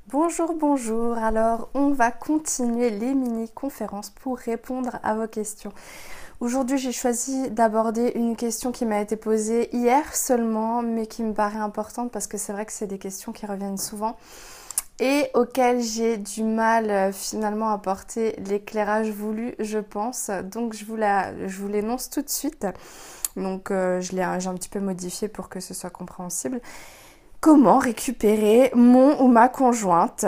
Bonjour, bonjour. Alors, on va continuer les mini-conférences pour répondre à vos questions. Aujourd'hui, j'ai choisi d'aborder une question qui m'a été posée hier seulement, mais qui me paraît importante parce que c'est vrai que c'est des questions qui reviennent souvent et auxquelles j'ai du mal finalement à apporter l'éclairage voulu, je pense. Donc, je vous l'énonce tout de suite. Donc, j'ai un petit peu modifié pour que ce soit compréhensible. Comment récupérer mon ou ma conjointe?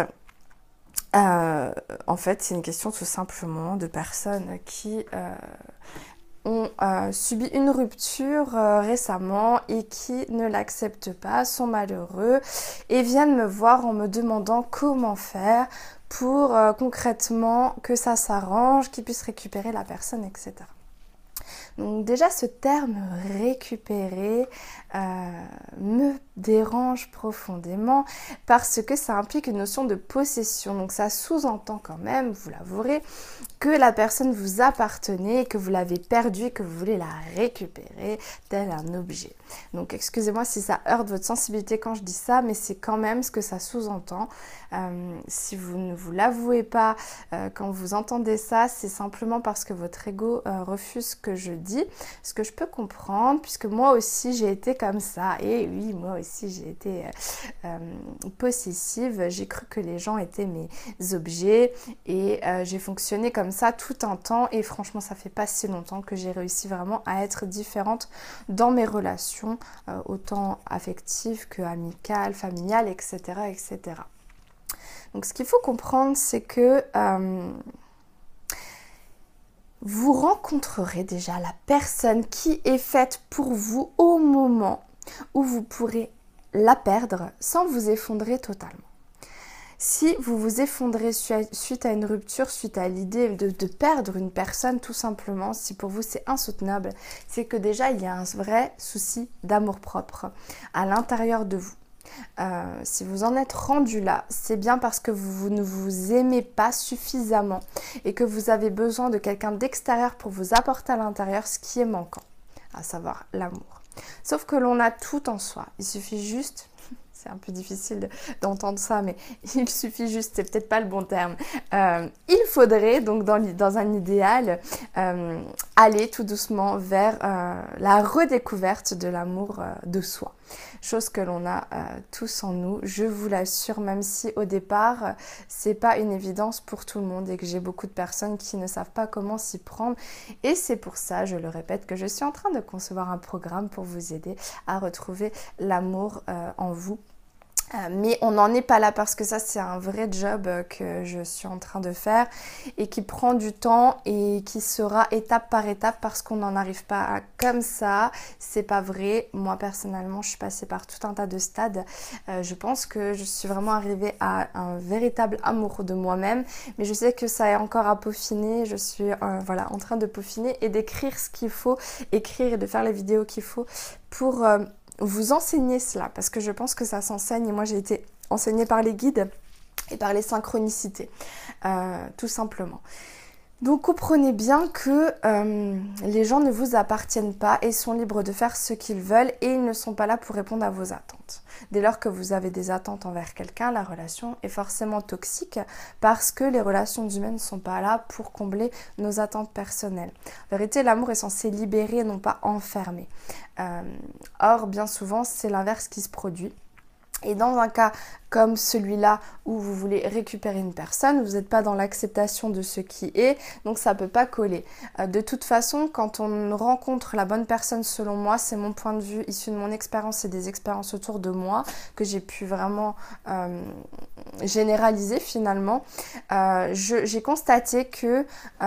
En fait, c'est une question tout simplement de personnes qui ont subi une rupture récemment et qui ne l'acceptent pas, sont malheureux et viennent me voir en me demandant comment faire pour concrètement que ça s'arrange, qu'ils puissent récupérer la personne, etc. Donc déjà ce terme récupérer me dérange profondément parce que ça implique une notion de possession. Donc ça sous-entend quand même, vous l'avouerez, que la personne vous appartenait, que vous l'avez perdue et que vous voulez la récupérer tel un objet. Donc excusez-moi si ça heurte votre sensibilité quand je dis ça, mais c'est quand même ce que ça sous-entend. Si vous ne vous l'avouez pas quand vous entendez ça, c'est simplement parce que votre ego refuse ce que je dis, ce que je peux comprendre, puisque moi aussi j'ai été comme ça. Et oui, moi aussi j'ai été possessive, j'ai cru que les gens étaient mes objets et j'ai fonctionné comme ça tout un temps et franchement ça fait pas si longtemps que j'ai réussi vraiment à être différente dans mes relations, autant affectives que amicales, familiales, etc. etc. Donc ce qu'il faut comprendre, c'est que vous rencontrerez déjà la personne qui est faite pour vous au moment où vous pourrez la perdre sans vous effondrer totalement. Si vous vous effondrez suite à une rupture, suite à l'idée de perdre une personne tout simplement, si pour vous c'est insoutenable, c'est que déjà il y a un vrai souci d'amour-propre à l'intérieur de vous. Si vous en êtes rendu là, c'est bien parce que vous ne vous aimez pas suffisamment et que vous avez besoin de quelqu'un d'extérieur pour vous apporter à l'intérieur ce qui est manquant, à savoir l'amour. Sauf que l'on a tout en soi, il suffit juste... C'est un peu difficile d'entendre ça, mais il suffit juste, c'est peut-être pas le bon terme. Il faudrait, donc dans un idéal, aller tout doucement vers la redécouverte de l'amour de soi. Chose que l'on a tous en nous, je vous l'assure, même si au départ, c'est pas une évidence pour tout le monde et que j'ai beaucoup de personnes qui ne savent pas comment s'y prendre. Et c'est pour ça, je le répète, que je suis en train de concevoir un programme pour vous aider à retrouver l'amour en vous. Mais on n'en est pas là parce que ça c'est un vrai job que je suis en train de faire et qui prend du temps et qui sera étape par étape parce qu'on n'en arrive pas à comme ça, c'est pas vrai. Moi personnellement je suis passée par tout un tas de stades, je pense que je suis vraiment arrivée à un véritable amour de moi-même, mais je sais que ça est encore à peaufiner, je suis voilà, en train de peaufiner et d'écrire ce qu'il faut écrire et de faire les vidéos qu'il faut pour... vous enseigner cela, parce que je pense que ça s'enseigne, et moi j'ai été enseignée par les guides et par les synchronicités, tout simplement. Donc comprenez bien que les gens ne vous appartiennent pas et sont libres de faire ce qu'ils veulent et ils ne sont pas là pour répondre à vos attentes. Dès lors que vous avez des attentes envers quelqu'un, la relation est forcément toxique parce que les relations humaines ne sont pas là pour combler nos attentes personnelles. En vérité, l'amour est censé libérer, non pas enfermer. Or, bien souvent, c'est l'inverse qui se produit. Et dans un cas comme celui-là où vous voulez récupérer une personne, vous n'êtes pas dans l'acceptation de ce qui est, donc ça ne peut pas coller. De toute façon, quand on rencontre la bonne personne, selon moi, c'est mon point de vue issu de mon expérience et des expériences autour de moi que j'ai pu vraiment généraliser finalement. J'ai constaté que...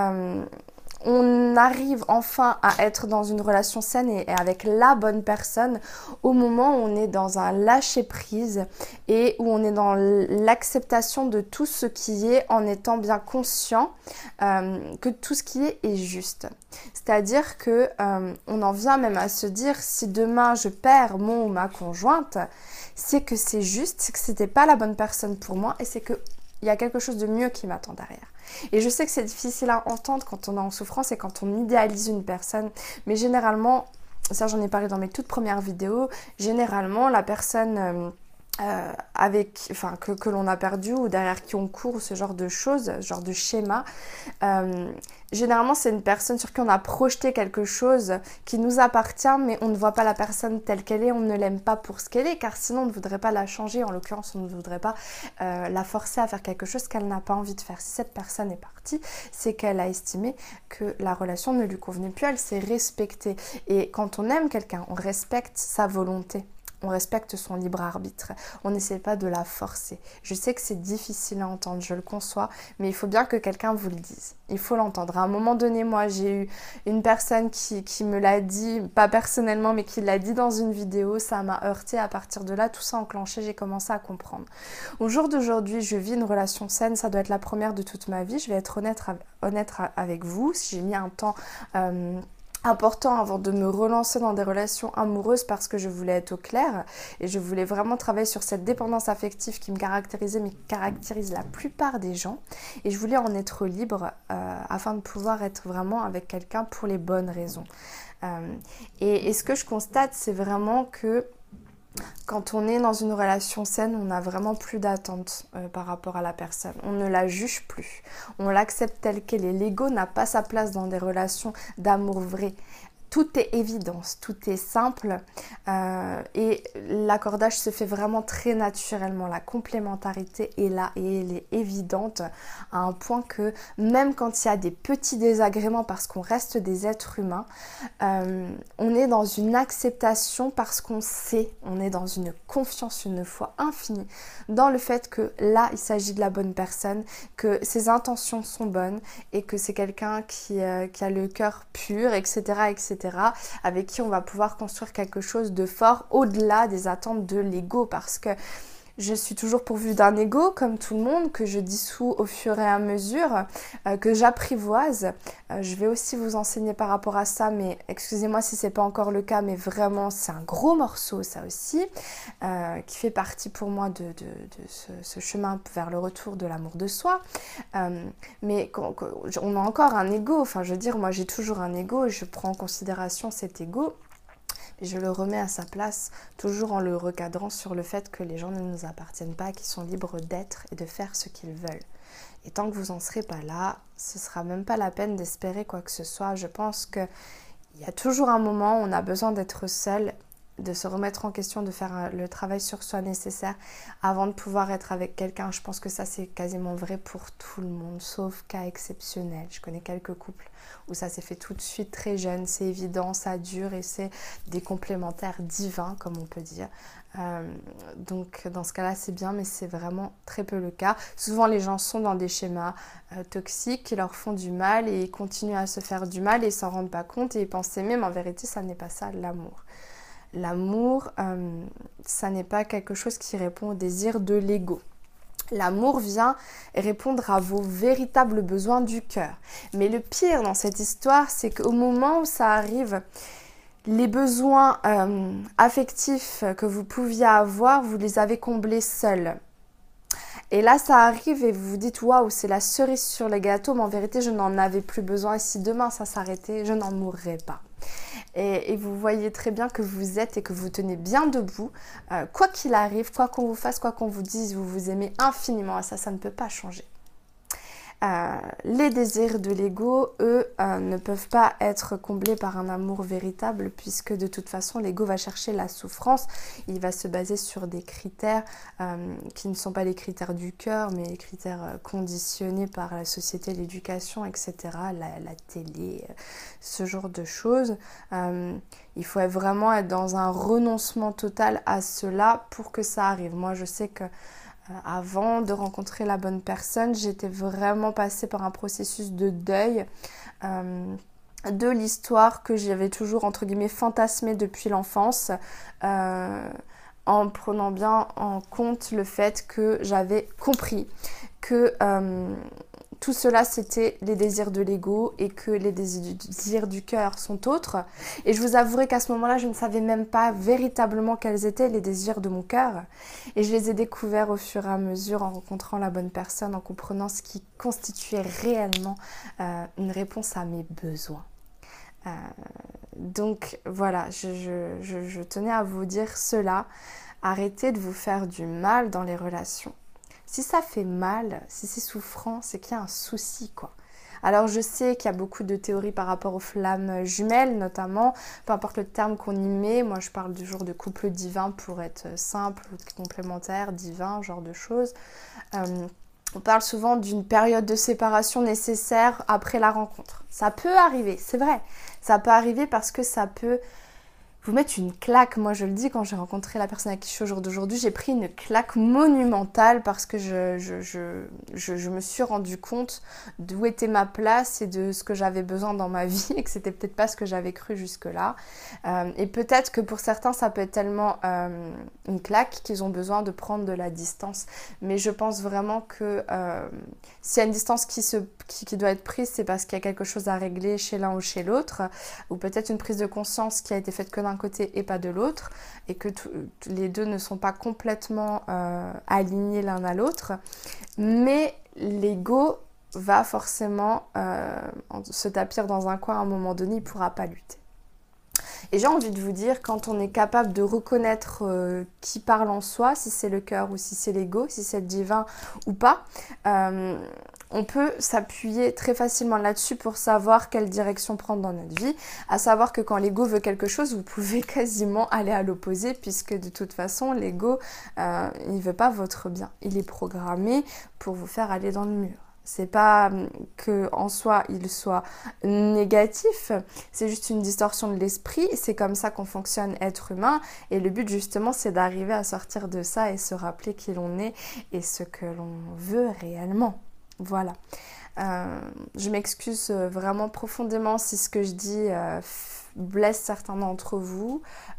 on arrive enfin à être dans une relation saine et avec la bonne personne au moment où on est dans un lâcher-prise et où on est dans l'acceptation de tout ce qui est en étant bien conscient que tout ce qui est juste. C'est-à-dire que on en vient même à se dire si demain je perds mon ou ma conjointe, c'est que c'est juste, c'est que c'était pas la bonne personne pour moi et c'est que il y a quelque chose de mieux qui m'attend derrière. Et je sais que c'est difficile à entendre quand on est en souffrance et quand on idéalise une personne, mais généralement, ça j'en ai parlé dans mes toutes premières vidéos, généralement la personne que l'on a perdu ou derrière qui on court, ce genre de choses, ce genre de schéma. Généralement, c'est une personne sur qui on a projeté quelque chose qui nous appartient, mais on ne voit pas la personne telle qu'elle est, on ne l'aime pas pour ce qu'elle est, car sinon on ne voudrait pas la changer. En l'occurrence, on ne voudrait pas la forcer à faire quelque chose qu'elle n'a pas envie de faire. Si cette personne est partie, c'est qu'elle a estimé que la relation ne lui convenait plus, elle s'est respectée. Et quand on aime quelqu'un, on respecte sa volonté. On respecte son libre arbitre. On n'essaie pas de la forcer. Je sais que c'est difficile à entendre, je le conçois, mais il faut bien que quelqu'un vous le dise. Il faut l'entendre. À un moment donné, moi, j'ai eu une personne qui me l'a dit, pas personnellement, mais qui l'a dit dans une vidéo. Ça m'a heurté. À partir de là, tout ça enclenché, j'ai commencé à comprendre. Au jour d'aujourd'hui, je vis une relation saine. Ça doit être la première de toute ma vie. Je vais être honnête avec vous. Si j'ai mis un temps important avant de me relancer dans des relations amoureuses parce que je voulais être au clair et je voulais vraiment travailler sur cette dépendance affective qui me caractérisait mais qui caractérise la plupart des gens et je voulais en être libre afin de pouvoir être vraiment avec quelqu'un pour les bonnes raisons. Et ce que je constate, c'est vraiment que quand on est dans une relation saine, on n'a vraiment plus d'attente par rapport à la personne. On ne la juge plus. On l'accepte telle qu'elle est. L'ego n'a pas sa place dans des relations d'amour vrai. Tout est évidence, tout est simple et l'accordage se fait vraiment très naturellement. La complémentarité est là et elle est évidente à un point que même quand il y a des petits désagréments parce qu'on reste des êtres humains, on est dans une acceptation parce qu'on sait, on est dans une confiance, une foi infinie dans le fait que là il s'agit de la bonne personne, que ses intentions sont bonnes et que c'est quelqu'un qui a le cœur pur, etc., etc., avec qui on va pouvoir construire quelque chose de fort au-delà des attentes de l'ego parce que je suis toujours pourvue d'un ego comme tout le monde que je dissous au fur et à mesure, que j'apprivoise. Je vais aussi vous enseigner par rapport à ça, mais excusez-moi si c'est pas encore le cas, mais vraiment c'est un gros morceau ça aussi, qui fait partie pour moi de ce chemin vers le retour de l'amour de soi. Mais on a encore un ego, enfin je veux dire, moi j'ai toujours un ego et je prends en considération cet ego. Et je le remets à sa place, toujours en le recadrant sur le fait que les gens ne nous appartiennent pas, qu'ils sont libres d'être et de faire ce qu'ils veulent. Et tant que vous n'en serez pas là, ce ne sera même pas la peine d'espérer quoi que ce soit. Je pense qu'il y a toujours un moment où on a besoin d'être seul, de se remettre en question, de faire le travail sur soi nécessaire avant de pouvoir être avec quelqu'un. Je pense que ça c'est quasiment vrai pour tout le monde, sauf cas exceptionnel. Je connais quelques couples où ça s'est fait tout de suite très jeune, c'est évident, ça dure et c'est des complémentaires divins comme on peut dire. Donc dans ce cas-là c'est bien, mais c'est vraiment très peu le cas. Souvent les gens sont dans des schémas toxiques qui leur font du mal et ils continuent à se faire du mal et ils s'en rendent pas compte et ils pensent aimer, mais en vérité ça n'est pas ça l'amour. L'amour, ça n'est pas quelque chose qui répond au désir de l'ego. L'amour vient répondre à vos véritables besoins du cœur. Mais le pire dans cette histoire, c'est qu'au moment où ça arrive, les besoins affectifs que vous pouviez avoir, vous les avez comblés seuls. Et là, ça arrive et vous vous dites « Waouh, c'est la cerise sur le gâteau, mais en vérité, je n'en avais plus besoin. Et si demain ça s'arrêtait, je n'en mourrais pas. » Et vous voyez très bien que vous êtes et que vous tenez bien debout. Quoi qu'il arrive, quoi qu'on vous fasse, quoi qu'on vous dise, vous vous aimez infiniment. Et ça ne peut pas changer. Les désirs de l'ego, eux, ne peuvent pas être comblés par un amour véritable puisque de toute façon l'ego va chercher la souffrance, il va se baser sur des critères qui ne sont pas les critères du cœur mais les critères conditionnés par la société, l'éducation, etc., la télé, ce genre de choses. Il faut vraiment être dans un renoncement total à cela pour que ça arrive. Moi je sais que avant de rencontrer la bonne personne, j'étais vraiment passée par un processus de deuil de l'histoire que j'avais toujours entre guillemets fantasmée depuis l'enfance, en prenant bien en compte le fait que j'avais compris que tout cela c'était les désirs de l'ego et que les désirs du cœur sont autres. Et je vous avouerai qu'à ce moment-là, je ne savais même pas véritablement quels étaient les désirs de mon cœur. Et je les ai découverts au fur et à mesure en rencontrant la bonne personne, en comprenant ce qui constituait réellement une réponse à mes besoins. Donc voilà, je tenais à vous dire cela. Arrêtez de vous faire du mal dans les relations. Si ça fait mal, si c'est souffrant, c'est qu'il y a un souci, quoi. Alors je sais qu'il y a beaucoup de théories par rapport aux flammes jumelles notamment, peu importe le terme qu'on y met, moi je parle du genre de couple divin pour être simple ou complémentaire, divin, genre de choses. On parle souvent d'une période de séparation nécessaire après la rencontre. Ça peut arriver, c'est vrai, ça peut arriver parce que ça peut vous mettre une claque. Moi je le dis, quand j'ai rencontré la personne à qui je suis au jour d'aujourd'hui, j'ai pris une claque monumentale parce que je me suis rendu compte d'où était ma place et de ce que j'avais besoin dans ma vie et que c'était peut-être pas ce que j'avais cru jusque-là. Et peut-être que pour certains ça peut être tellement une claque qu'ils ont besoin de prendre de la distance. Mais je pense vraiment que s'il y a une distance qui doit être prise, c'est parce qu'il y a quelque chose à régler chez l'un ou chez l'autre, ou peut-être une prise de conscience qui a été faite que d'un côté et pas de l'autre, et que les deux ne sont pas complètement alignés l'un à l'autre, mais l'ego va forcément se tapir dans un coin à un moment donné, il ne pourra pas lutter. Et j'ai envie de vous dire, quand on est capable de reconnaître qui parle en soi, si c'est le cœur ou si c'est l'ego, si c'est le divin ou pas, on peut s'appuyer très facilement là-dessus pour savoir quelle direction prendre dans notre vie. À savoir que quand l'ego veut quelque chose, vous pouvez quasiment aller à l'opposé, puisque de toute façon, l'ego, il ne veut pas votre bien. Il est programmé pour vous faire aller dans le mur. C'est pas que en soi il soit négatif, c'est juste une distorsion de l'esprit, c'est comme ça qu'on fonctionne être humain, et le but justement c'est d'arriver à sortir de ça et se rappeler qui l'on est et ce que l'on veut réellement. Voilà. Je m'excuse vraiment profondément si ce que je dis blesse certains d'entre vous.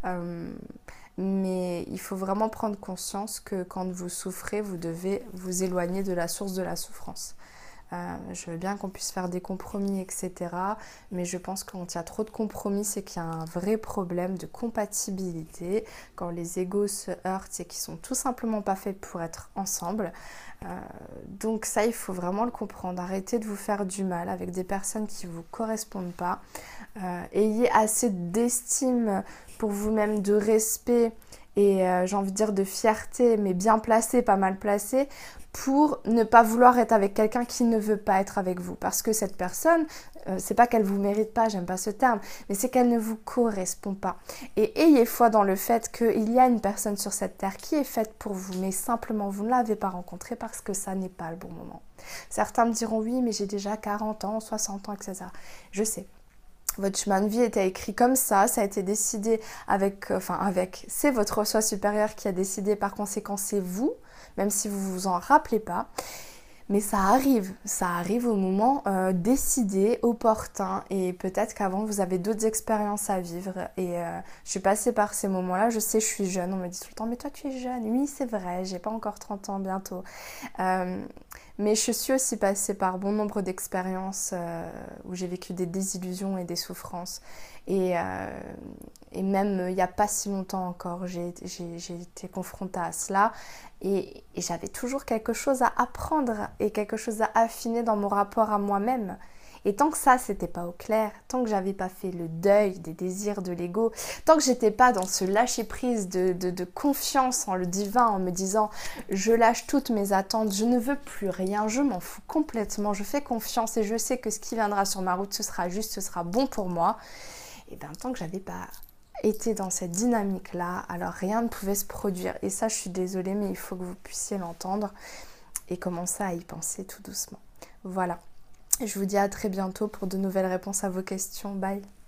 Mais il faut vraiment prendre conscience que quand vous souffrez, vous devez vous éloigner de la source de la souffrance. Je veux bien qu'on puisse faire des compromis, etc. Mais je pense que quand il y a trop de compromis, c'est qu'il y a un vrai problème de compatibilité. Quand les égos se heurtent, c'est qu'ils sont tout simplement pas faits pour être ensemble. Donc ça, il faut vraiment le comprendre. Arrêtez de vous faire du mal avec des personnes qui ne vous correspondent pas. Ayez assez d'estime pour vous-même, de respect et j'ai envie de dire de fierté, mais bien placée, pas mal placée, pour ne pas vouloir être avec quelqu'un qui ne veut pas être avec vous. Parce que cette personne, c'est pas qu'elle vous mérite pas, j'aime pas ce terme, mais c'est qu'elle ne vous correspond pas. Et ayez foi dans le fait qu'il y a une personne sur cette terre qui est faite pour vous, mais simplement vous ne l'avez pas rencontrée parce que ça n'est pas le bon moment. Certains me diront oui, mais j'ai déjà 40 ans, 60 ans, etc. Je sais. Votre chemin de vie était écrit comme ça a été décidé c'est votre soi supérieur qui a décidé, par conséquent c'est vous, même si vous vous en rappelez pas. Mais ça arrive au moment décidé, opportun, et peut-être qu'avant vous avez d'autres expériences à vivre. Et je suis passée par ces moments-là, je sais, je suis jeune, on me dit tout le temps, mais toi tu es jeune, oui c'est vrai, j'ai pas encore 30 ans bientôt. Mais je suis aussi passée par bon nombre d'expériences où j'ai vécu des désillusions et des souffrances. Et même il n'y a pas si longtemps encore, j'ai été confrontée à cela. Et j'avais toujours quelque chose à apprendre et quelque chose à affiner dans mon rapport à moi-même. Et tant que ça, c'était pas au clair, tant que j'avais pas fait le deuil des désirs de l'ego, tant que j'étais pas dans ce lâcher-prise de confiance en le divin, en me disant je lâche toutes mes attentes, je ne veux plus rien, je m'en fous complètement, je fais confiance et je sais que ce qui viendra sur ma route, ce sera juste, ce sera bon pour moi. Et bien tant que j'avais pas été dans cette dynamique-là, alors rien ne pouvait se produire. Et ça, je suis désolée, mais il faut que vous puissiez l'entendre et commencer à y penser tout doucement. Voilà. Je vous dis à très bientôt pour de nouvelles réponses à vos questions. Bye!